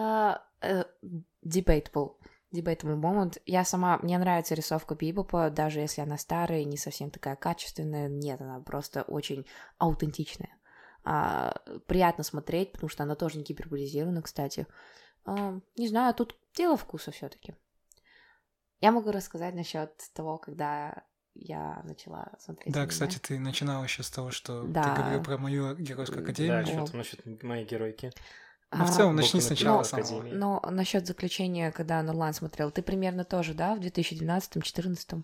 Debatable moment. Мне нравится рисовка Бибопа, даже если она старая и не совсем такая качественная. Нет, она просто очень аутентичная. Приятно смотреть, потому что она тоже не гиперболизирована, кстати. Не знаю, тут дело вкуса все-таки. Я могу рассказать насчет того, когда я начала смотреть. Да, аниме. Кстати, ты начинала еще с того, что ты говорил про мою геройскую академию. Да, что там насчет моей геройки. В целом, начни сначала самого. Но насчет заключения, когда Нурлан смотрел, ты примерно тоже, да, в 2012-2014?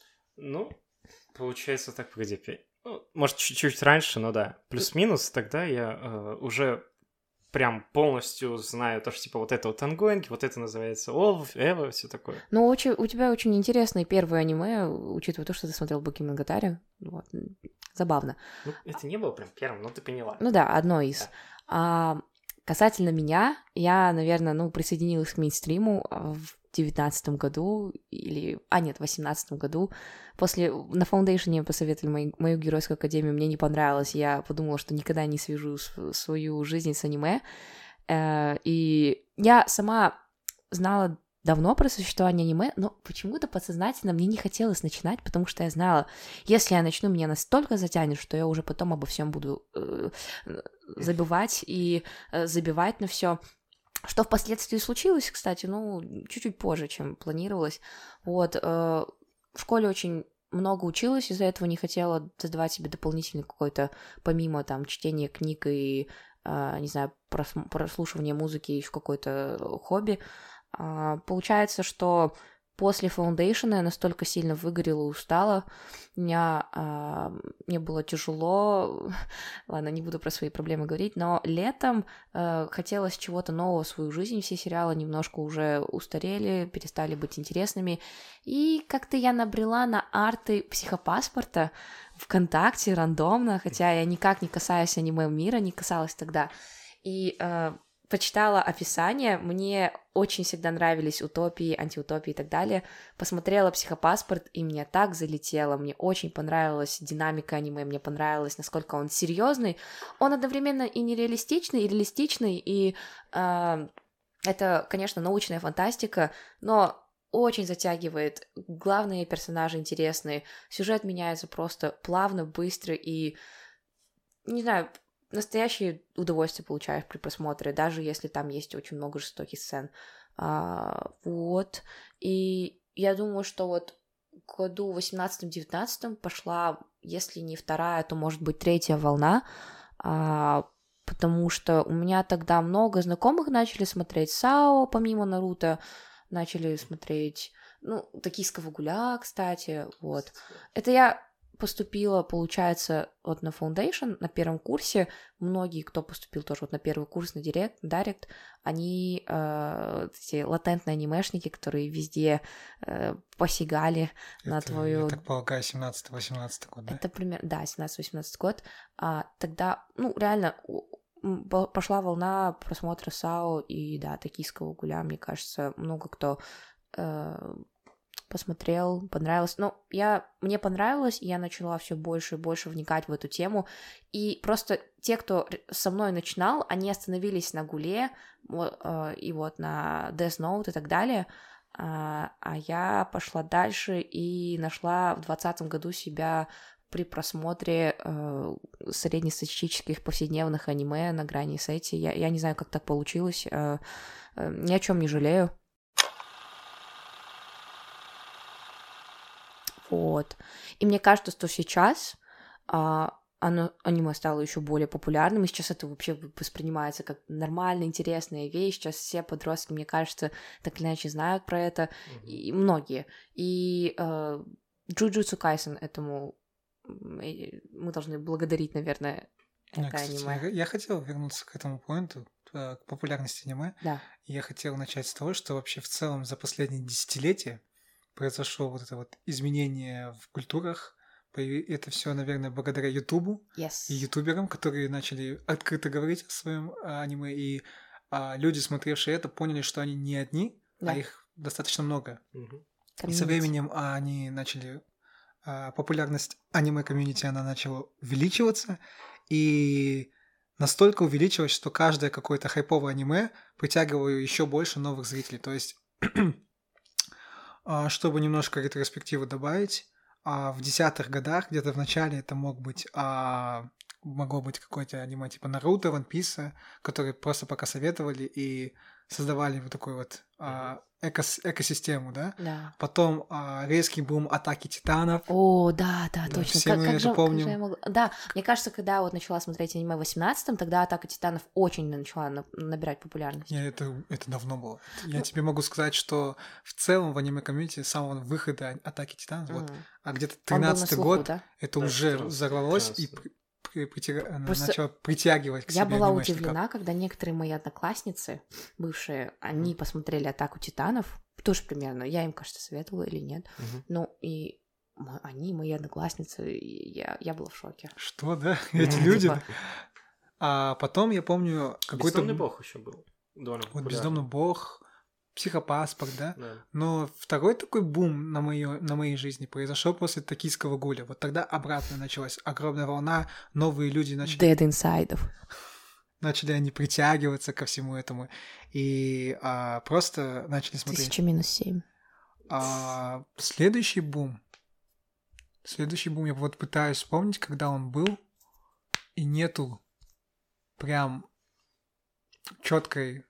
Получается так, погоди, может, чуть-чуть раньше, но да. Плюс-минус, тогда я уже прям полностью знаю то, что типа вот это вот ангоинги, вот это называется Эва, все такое. Ну, у тебя очень интересные первые аниме, учитывая то, что ты смотрел Бакимоноgatari. Вот. Забавно. Это не было прям первым, но ты поняла. Ну да, одно из. Да. Касательно меня, я, наверное, присоединилась к мейнстриму в 19 году в 18 году. На фаундейшене посоветовали мою геройскую академию, мне не понравилось, я подумала, что никогда не свяжу свою жизнь с аниме. И я сама знала давно про существование аниме, но почему-то подсознательно мне не хотелось начинать, потому что я знала, если я начну, меня настолько затянет, что я уже потом обо всем буду забывать и забивать на все. Что впоследствии случилось, кстати, чуть-чуть позже, чем планировалось. Вот, в школе очень много училась, из-за этого не хотела создавать себе дополнительный какой-то, помимо там чтения книг и, не знаю, прослушивания музыки, еще какое-то хобби. Получается, что после фаундейшена я настолько сильно выгорела и устала, мне было тяжело, ладно, не буду про свои проблемы говорить, но летом хотелось чего-то нового в свою жизнь, все сериалы немножко уже устарели, перестали быть интересными, и как-то я набрела на арты психопаспорта ВКонтакте рандомно, хотя я никак не касаюсь аниме-мира, не касалась тогда, и почитала описание, мне очень всегда нравились утопии, антиутопии и так далее, посмотрела «Психопаспорт», и мне так залетело, мне очень понравилась динамика аниме, мне понравилось, насколько он серьезный, он одновременно и нереалистичный, и реалистичный, и это, конечно, научная фантастика, но очень затягивает, главные персонажи интересные, сюжет меняется просто плавно, быстро, и, не знаю, настоящее удовольствие получаешь при просмотре, даже если там есть очень много жестоких сцен. Вот. И я думаю, что вот в году 18-19 пошла, если не вторая, то, может быть, третья волна, потому что у меня тогда много знакомых начали смотреть САО, помимо Наруто, начали смотреть, «Токийского гуля», кстати, вот. Это я поступила, получается, вот на Foundation, на первом курсе. Многие, кто поступил тоже вот на первый курс на Direct, они эти латентные анимешники, которые везде посягали на твою... Я так полагаю, 17-18 год, да? Это примерно, да, 17-18 год. Тогда, реально, пошла волна просмотра САО и, да, Токийского гуля, мне кажется, много кто... посмотрел, понравилось. Мне понравилось, и я начала все больше и больше вникать в эту тему. И просто те, кто со мной начинал, они остановились на Гуле и вот на Death Note и так далее. А я пошла дальше и нашла в 2020 году себя при просмотре среднестатистических повседневных аниме на грани сети. Я не знаю, как так получилось. Ни о чем не жалею. Вот. И мне кажется, что сейчас аниме стало еще более популярным, и сейчас это вообще воспринимается как нормальная, интересная вещь. Сейчас все подростки, мне кажется, так или иначе знают про это, и многие. И Jujutsu Kaisen этому мы должны благодарить, наверное, это аниме. Я хотел вернуться к этому поинту, к популярности аниме. Да. И я хотел начать с того, что вообще в целом за последние десятилетия произошло вот это вот изменение в культурах. Это все, наверное, благодаря Ютубу и ютуберам, которые начали открыто говорить о своем аниме, и люди, смотревшие это, поняли, что они не одни, а их достаточно много. И со временем они начали... популярность аниме-комьюнити, она начала увеличиваться, и настолько увеличилась, что каждое какое-то хайповое аниме притягивало еще больше новых зрителей. То есть... Чтобы немножко ретроспективу добавить, в 10-х годах, где-то в начале, это могло быть какое-то аниме типа Наруто, One Piece, которые просто пока советовали и создавали вот такую вот экосистему, да? Да. Потом резкий бум Атаки Титанов. О, да, точно. Все мы это помним. Да, мне кажется, когда вот начала смотреть аниме в 18-м, тогда Атака Титанов очень начала набирать популярность. Нет, это давно было. Я тебе могу сказать, что в целом в аниме-комьюнити с самого выхода Атаки Титанов, где-то 13-й год, да? Это уже взорвалось и начала притягивать к себе. Я была удивлена, когда некоторые мои одноклассницы, бывшие, они посмотрели «Атаку Титанов», тоже примерно, я им, кажется, советовала или нет, и они, мои одноклассницы, я была в шоке. Что, да? Эти люди? А потом, я помню, какой-то... «Бездомный бог» еще был. Вот «Бездомный бог», «Психопаспорт», да? Но второй такой бум на моей жизни произошел после «Токийского гуля». Вот тогда обратно началась огромная волна, новые люди начали... Dead Inside. Начали они притягиваться ко всему этому и просто начали смотреть. 1000-7. Следующий бум, я вот пытаюсь вспомнить, когда он был, и нету прям четкого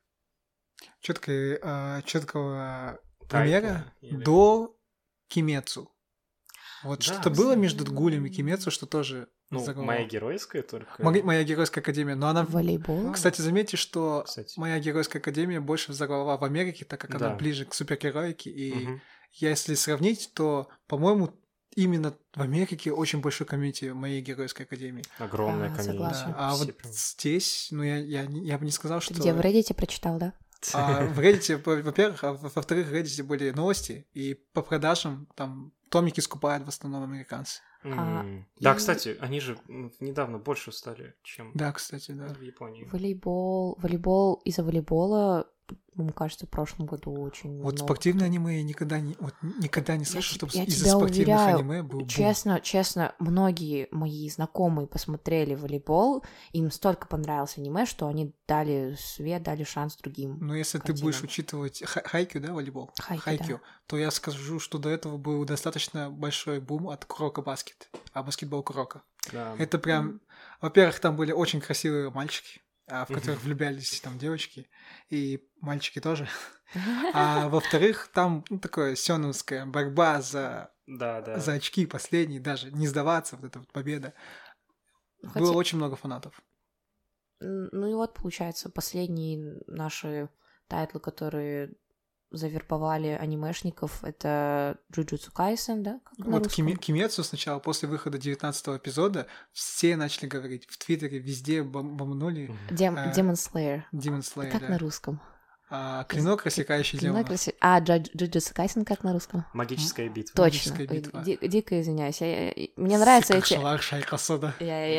примера до Кимецу. Вот да, что-то было между Гулем и Кимецу, что тоже... «Моя геройская» только... «Моя геройская академия», но она... Волейбол. Кстати, заметьте, что «Моя геройская академия» больше взорвала в Америке, так как она ближе к супергероике, и если сравнить, то, по-моему, именно в Америке очень большой комьюнити моей Геройской Академии. Огромная комьюнити. Согласна. Да. А Все вот прям- здесь, ну, я бы не сказал, Ты что... где, в Reddit прочитал, да? В Reddit, во-первых, а во-вторых, в Reddit были новости, и по продажам там томики скупают в основном американцы. Да, и- кстати, они же недавно больше стали, чем Да, кстати, да. в Японии. Волейбол из-за волейбола, мне кажется, в прошлом году очень Вот много. спортивное аниме я никогда не слышал, чтобы я из-за тебя спортивных уверяю, аниме был бум. Честно, многие мои знакомые посмотрели волейбол, им столько понравилось аниме, что они дали свет, дали шанс другим. Но если ты картинам. будешь учитывать хайкю, да, волейбол? Хайкю, да. То я скажу, что до этого был достаточно большой бум от Куроко Баскет, а баскетбол Куроко. Да. Это прям... Во-первых, там были очень красивые мальчики, в которых влюблялись там девочки, и мальчики тоже. А во-вторых, там такое сёнэнская борьба за очки последние, даже не сдаваться, вот эта вот победа. Было очень много фанатов. Ну и вот, получается, последние наши тайтлы, которые завербовали анимешников, это Джуджутсу Кайсен, да? Как на Вот русском? Кимецу сначала, после выхода 19-го эпизода, все начали говорить, в Твиттере везде бомбанули Demon Slayer. Demon Slayer, Как да. на русском? Клинок, рассекающий демонов. Джуджутсу Кайсен как на русском? Магическая битва. Точно. Магическая битва. Дико извиняюсь. Мне нравятся эти... Шалах Шайка Сода.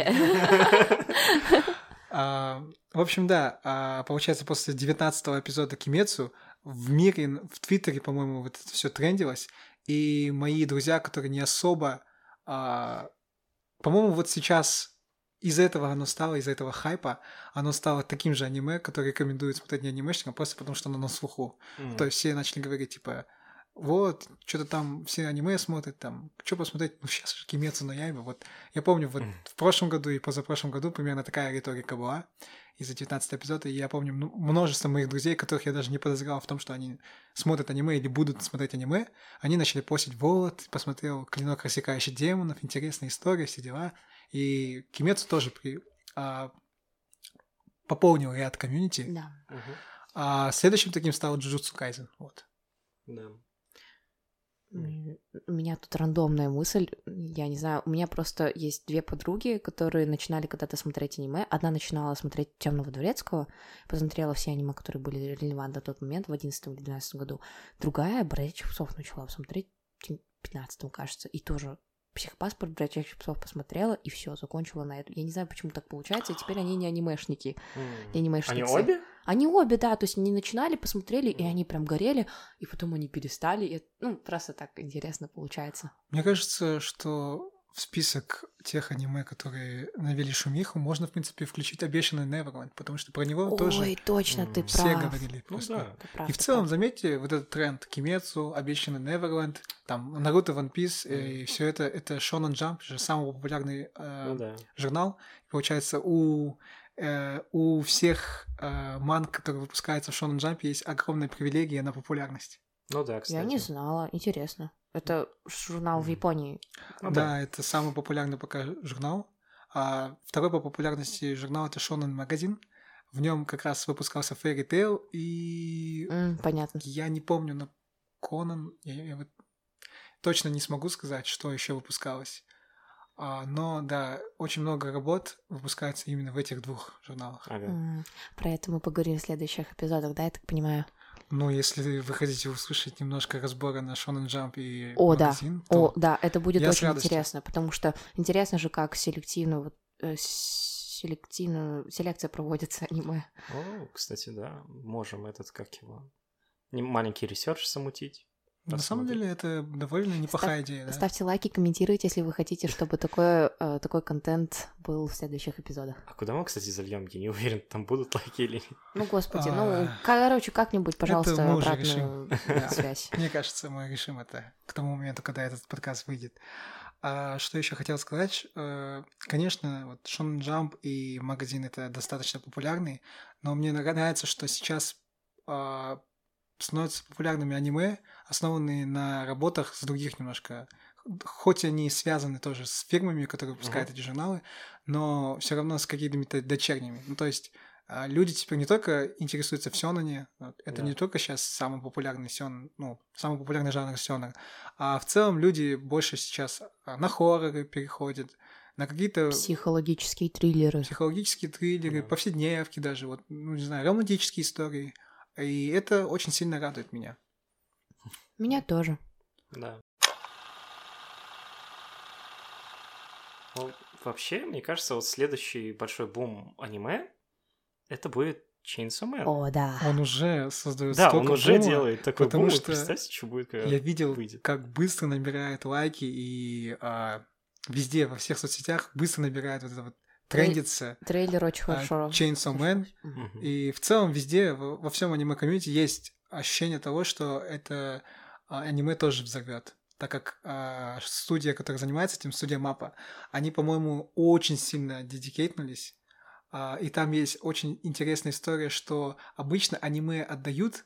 Я. В общем, да, получается, после 19-го эпизода Кимецу в мире, в Твиттере, по-моему, вот это все трендилось, и мои друзья, которые не особо... По-моему, вот сейчас из-за этого хайпа, оно стало таким же аниме, которое рекомендуют смотреть не анимешникам, просто потому что оно на слуху. То есть все начали говорить, типа, вот, что-то там все аниме смотрят, там, что посмотреть, ну, сейчас же Кимецу но Яйба, вот. Я помню, вот в прошлом году и позапрошлом году примерно такая риторика была из-за 19 эпизода, и я помню множество моих друзей, которых я даже не подозревал в том, что они смотрят аниме или будут смотреть аниме, они начали постить, вот, посмотрел «Клинок, рассекающий демонов», интересная история, все дела, и Кимецу тоже пополнил ряд комьюнити. Да. А следующим таким стал Джуджутсу Кайзен, вот. Да. У меня тут рандомная мысль, я не знаю, у меня просто есть две подруги, которые начинали когда-то смотреть аниме. Одна начинала смотреть Темного Дворецкого, посмотрела все аниме, которые были релевантны на тот момент, в 11 или 12 году. Другая «Бродячих псов» начала смотреть в 15-м, кажется, и тоже «Психопаспорт», «Бродячих псов» посмотрела, и все, закончила на это. Я не знаю, почему так получается, и теперь они не анимешники. Не анимешницы. Они обе? Они обе, да, то есть они начинали, посмотрели, и они прям горели, и потом они перестали. И, просто так интересно получается. Мне кажется, что в список тех аниме, которые навели шумиху, можно, в принципе, включить «Обещанный Неверленд», потому что про него тоже Ой, точно, ты все прав. говорили. Ну Просто. да. Ты прав, И в ты целом, прав. заметьте, вот этот тренд Кимецу, «Обещанный Неверленд», там, Наруто, One Piece, и все это Shonen Jump, же самый популярный Ну да. журнал. Получается, у всех манг, которые выпускаются в Shonen Jump, есть огромная привилегия на популярность. Ну да, кстати. Я не знала, интересно. Это журнал в Японии. Ну Да, это самый популярный пока журнал. А второй по популярности журнал — это Shonen Magazine. В нем как раз выпускался Fairy Tail, и Понятно. я не помню, но Конан, я вот точно не смогу сказать, что еще выпускалось. Но да, очень много работ выпускается именно в этих двух журналах. Ага. Про это мы поговорим в следующих эпизодах, да, я так понимаю? Но если вы хотите услышать немножко разбора на Shonen Jump и О, да. магазин, то Да, это будет я с очень радостью. интересно, потому что интересно же, как селекция проводится аниме. О, кстати, да. Можем как его... Маленький ресерч замутить. на самом деле это довольно неплохая идея. Да? Ставьте лайки, комментируйте, если вы хотите, чтобы такой контент был в следующих эпизодах. А куда мы, кстати, зальем? Я не уверен, там будут лайки или нет. Ну, господи, короче, как-нибудь, пожалуйста, мы уже обратную решим. связь. Мне кажется, мы решим это к тому моменту, когда этот подкаст выйдет. А что еще хотел сказать? Конечно, вот Shonen Jump и магазин — это достаточно популярные, но мне нравится, что сейчас становятся популярными аниме, основанные на работах с других немножко, хоть они связаны тоже с фирмами, которые выпускают эти журналы, но все равно с какими-то дочерними. Ну, то есть люди теперь не только интересуются в сёнэне, это не только сейчас самый популярный сёнэн, самый популярный жанр сёнэн, а в целом люди больше сейчас на хорроры переходят, на какие-то... Психологические триллеры. Повседневки даже, не знаю, романтические истории. И это очень сильно радует меня. Меня тоже. Да. Вообще, мне кажется, следующий большой бум аниме это будет Chainsaw Man. О, да. Он уже создает столько бума. Да, он уже делает такой потому бум, что представьте, что будет, когда я видел, выйдет. как быстро набирает лайки и везде, во всех соцсетях быстро набирает трендится. Трейлер очень хорошо. Chainsaw Man. И в целом везде, во всем аниме-комьюнити есть ощущение того, что это аниме тоже взорвет. Так как студия, которая занимается этим, студия Маппа, они, по-моему, очень сильно дедикейтнулись. И там есть очень интересная история, что обычно аниме отдают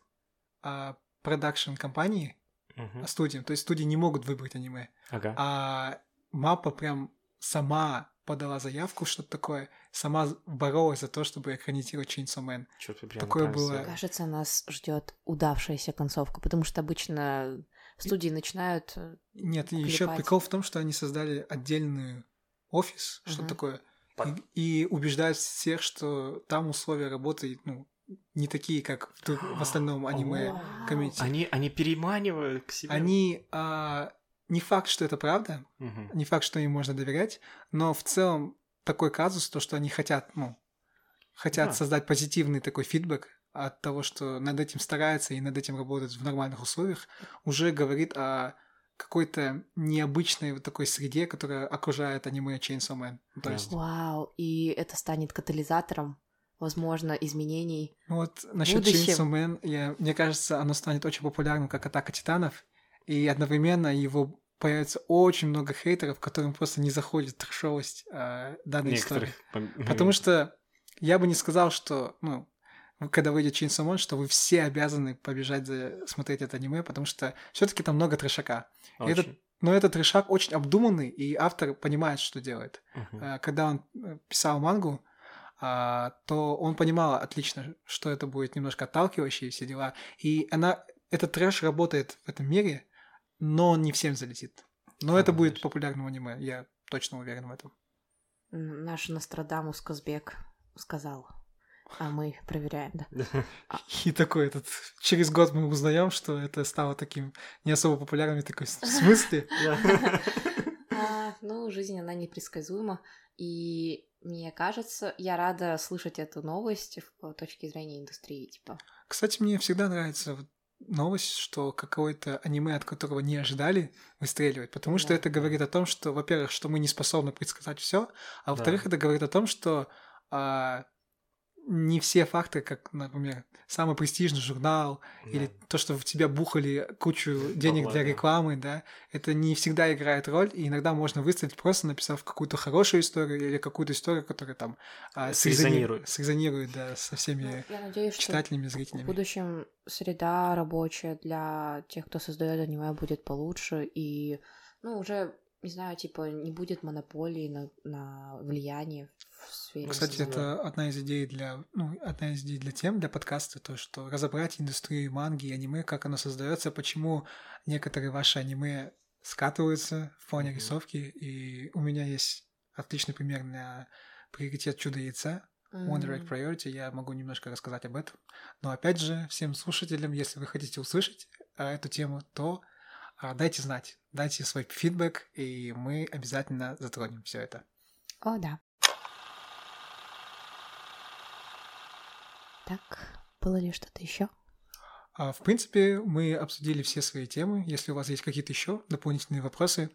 продакшн-компании, студиям. То есть студии не могут выбрать аниме. А Маппа прям сама подала заявку, что-то такое, сама боролась за то, чтобы экранизировать Chainsaw Man. Такое было. Мне кажется, нас ждет удавшаяся концовка, потому что обычно студии начинают. Нет, еще прикол в том, что они создали отдельный офис, что-то такое, и убеждают всех, что там условия работы, не такие, как в остальном аниме-комьюнити. Они переманивают к себе. Они не факт, что это правда, не факт, что им можно доверять, но в целом такой казус, то, что они хотят создать позитивный такой фидбэк от того, что над этим стараются и над этим работают в нормальных условиях, уже говорит о какой-то необычной такой среде, которая окружает аниме Chainsaw Man. То есть... Вау, и это станет катализатором, возможно, изменений. Насчет Chainsaw Man, мне кажется, оно станет очень популярным, как Атака Титанов, и одновременно его появится очень много хейтеров, которым просто не заходит трэшовость данной истории. Потому что я бы не сказал, что, когда выйдет Chainsaw Man, что вы все обязаны побежать смотреть это аниме, потому что все-таки там много трэшака. Но этот трэшак очень обдуманный, и автор понимает, что делает. Когда он писал мангу, то он понимал отлично, что это будет немножко отталкивающие все дела. И этот трэш работает в этом мире, но он не всем залетит. Но это будет популярным аниме, я точно уверен в этом. Наш Нострадамус Казбек сказал, а мы проверяем, да. И такой через год мы узнаем, что это стало таким не особо популярным, такой в смысле? Жизнь, она непредсказуема, и мне кажется, я рада слышать эту новость с точки зрения индустрии, типа. Кстати, мне всегда нравится новость, что какое-то аниме, от которого не ожидали, выстреливает, потому что это говорит о том, что, во-первых, что мы не способны предсказать все, а во-вторых, это говорит о том, что не все факты, как, например, самый престижный журнал или то, что в тебя бухали кучу денег для рекламы, да, это не всегда играет роль, и иногда можно выстрелить, просто написав какую-то хорошую историю или какую-то историю, которая там срезонирует, да, со всеми читателями, зрителями. В будущем среда рабочая для тех, кто создает аниме, будет получше, и, уже, не знаю, типа, не будет монополии на влияние в сфере. Кстати, это одна из идей для тем, для подкаста, то, что разобрать индустрию манги и аниме, как оно создается, почему некоторые ваши аниме скатываются в плане рисовки, и у меня есть отличный пример на приоритет Чудо-яйца, Wonder Egg Priority, я могу немножко рассказать об этом. Но опять же, всем слушателям, если вы хотите услышать эту тему, то дайте знать, дайте свой фидбэк, и мы обязательно затронем все это. О, да. Так, было ли что-то еще? В принципе, мы обсудили все свои темы. Если у вас есть какие-то еще дополнительные вопросы.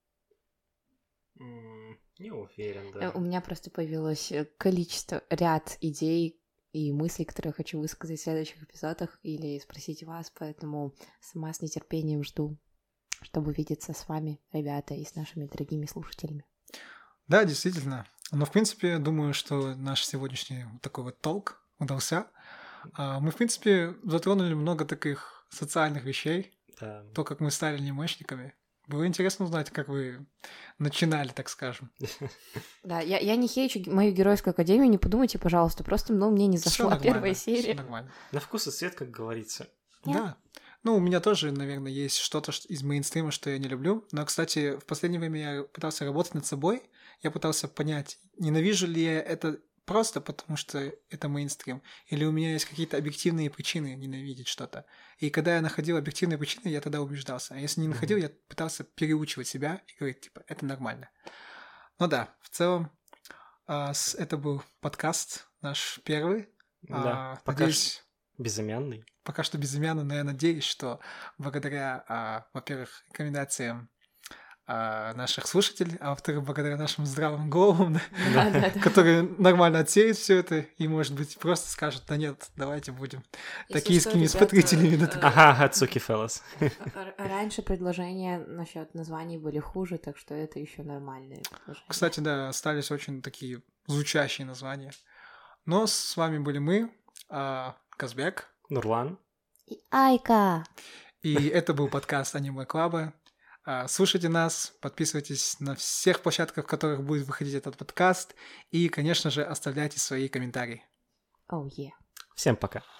Не уверен, да. У меня просто появилось ряд идей и мыслей, которые я хочу высказать в следующих эпизодах или спросить вас, поэтому сама с нетерпением жду, чтобы увидеться с вами, ребята, и с нашими дорогими слушателями. Да, действительно. Но, в принципе, думаю, что наш сегодняшний такой толк удался. Мы, в принципе, затронули много таких социальных вещей. Да. То, как мы стали анимешниками. Было интересно узнать, как вы начинали, так скажем. Да, я не хейчу мою геройскую академию, не подумайте, пожалуйста, просто, мне не зашла первая серия. Всё нормально. На вкус и цвет, как говорится. Да. У меня тоже, наверное, есть что-то из мейнстрима, что я не люблю. Но, кстати, в последнее время я пытался работать над собой. Я пытался понять, ненавижу ли я это просто потому, что это мейнстрим, или у меня есть какие-то объективные причины ненавидеть что-то. И когда я находил объективные причины, я тогда убеждался. А если не находил, я пытался переучивать себя и говорить, типа, это нормально. Ну да, в целом, это был подкаст наш первый. Да, Надеюсь... Безымянный. Пока что безымянный, но я надеюсь, что благодаря, во-первых, рекомендациям наших слушателей, а во-вторых, благодаря нашим здравым головам, которые нормально отсеют все это и, может быть, просто скажут, да нет, давайте будем токийскими смотрителями. Ага, Цуки Феллас. Раньше предложения насчет названий были хуже, так что это еще нормальные предложения. Кстати, да, остались очень такие звучащие названия. Но с вами были мы, Казбек, Нурлан и Айка. И это был подкаст Аниме Клаба. Слушайте нас, подписывайтесь на всех площадках, в которых будет выходить этот подкаст. И, конечно же, оставляйте свои комментарии. Oh, yeah. Всем пока.